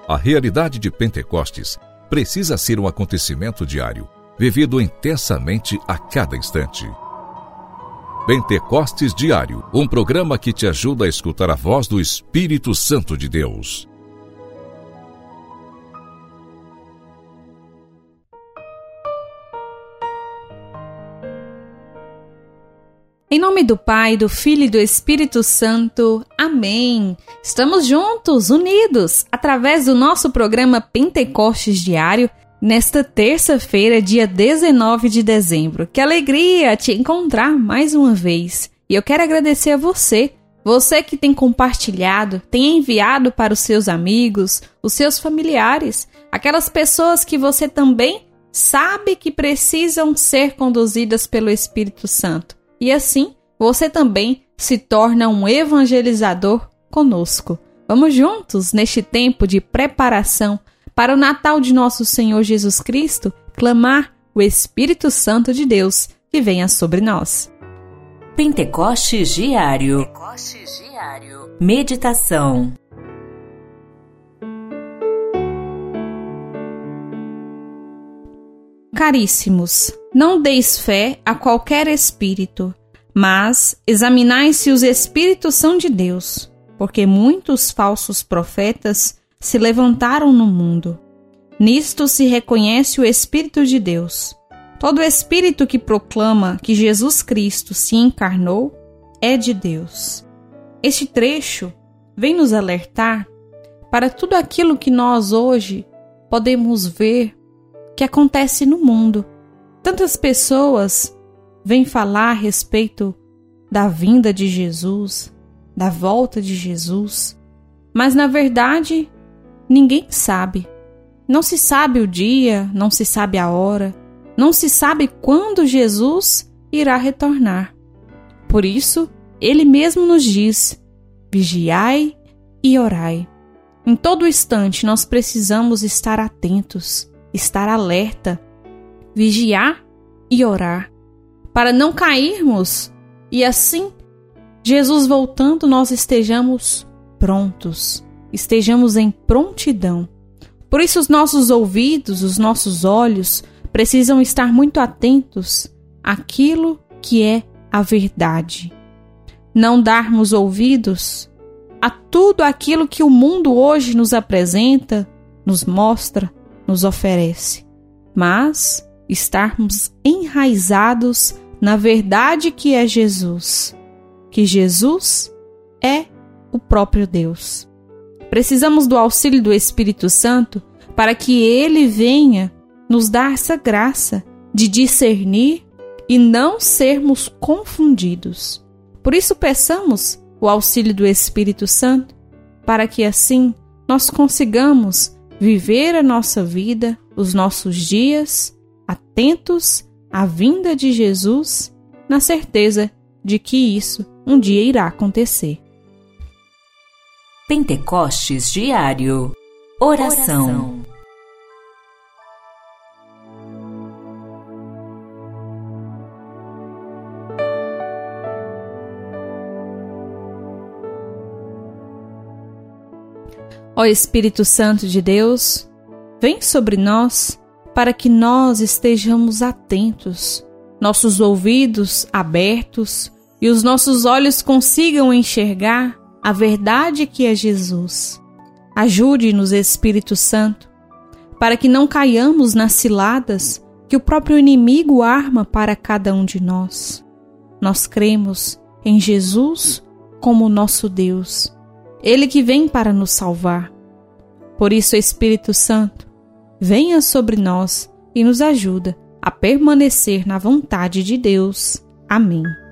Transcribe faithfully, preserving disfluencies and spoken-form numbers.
A realidade de Pentecostes precisa ser um acontecimento diário, vivido intensamente a cada instante. Pentecostes Diário, um programa que te ajuda a escutar a voz do Espírito Santo de Deus. Em nome do Pai, do Filho e do Espírito Santo. Amém. Estamos juntos, unidos, através do nosso programa Pentecostes Diário, nesta terça-feira, dia dezenove de dezembro. Que alegria te encontrar mais uma vez. E eu quero agradecer a você, você que tem compartilhado, tem enviado para os seus amigos, os seus familiares, aquelas pessoas que você também sabe que precisam ser conduzidas pelo Espírito Santo. E assim, você também se torna um evangelizador conosco. Vamos juntos, neste tempo de preparação para o Natal de nosso Senhor Jesus Cristo, clamar o Espírito Santo de Deus que venha sobre nós. Pentecostes Diário. Pentecostes Diário. Meditação. Caríssimos, não deis fé a qualquer espírito, mas examinai se os espíritos são de Deus, porque muitos falsos profetas se levantaram no mundo. Nisto se reconhece o Espírito de Deus. Todo espírito que proclama que Jesus Cristo se encarnou é de Deus. Este trecho vem nos alertar para tudo aquilo que nós hoje podemos ver que acontece no mundo. Tantas pessoas vêm falar a respeito da vinda de Jesus, da volta de Jesus, mas na verdade ninguém sabe. Não se sabe o dia, não se sabe a hora, não se sabe quando Jesus irá retornar. Por isso, ele mesmo nos diz: vigiai e orai. Em todo instante nós precisamos estar atentos, estar alerta, vigiar e orar, para não cairmos e assim, Jesus voltando, nós estejamos prontos, estejamos em prontidão. Por isso os nossos ouvidos, os nossos olhos precisam estar muito atentos àquilo que é a verdade. Não darmos ouvidos a tudo aquilo que o mundo hoje nos apresenta, nos mostra, nos oferece, mas estarmos enraizados na verdade que é Jesus, que Jesus é o próprio Deus. Precisamos do auxílio do Espírito Santo para que ele venha nos dar essa graça de discernir e não sermos confundidos. Por isso peçamos o auxílio do Espírito Santo para que assim nós consigamos viver a nossa vida, os nossos dias, atentos à vinda de Jesus, na certeza de que isso um dia irá acontecer. Pentecostes Diário. Oração. Oração. Ó Espírito Santo de Deus, vem sobre nós para que nós estejamos atentos, nossos ouvidos abertos e os nossos olhos consigam enxergar a verdade que é Jesus. Ajude-nos, Espírito Santo, para que não caiamos nas ciladas que o próprio inimigo arma para cada um de nós. Nós cremos em Jesus como nosso Deus, Ele que vem para nos salvar. Por isso, Espírito Santo, venha sobre nós e nos ajuda a permanecer na vontade de Deus. Amém.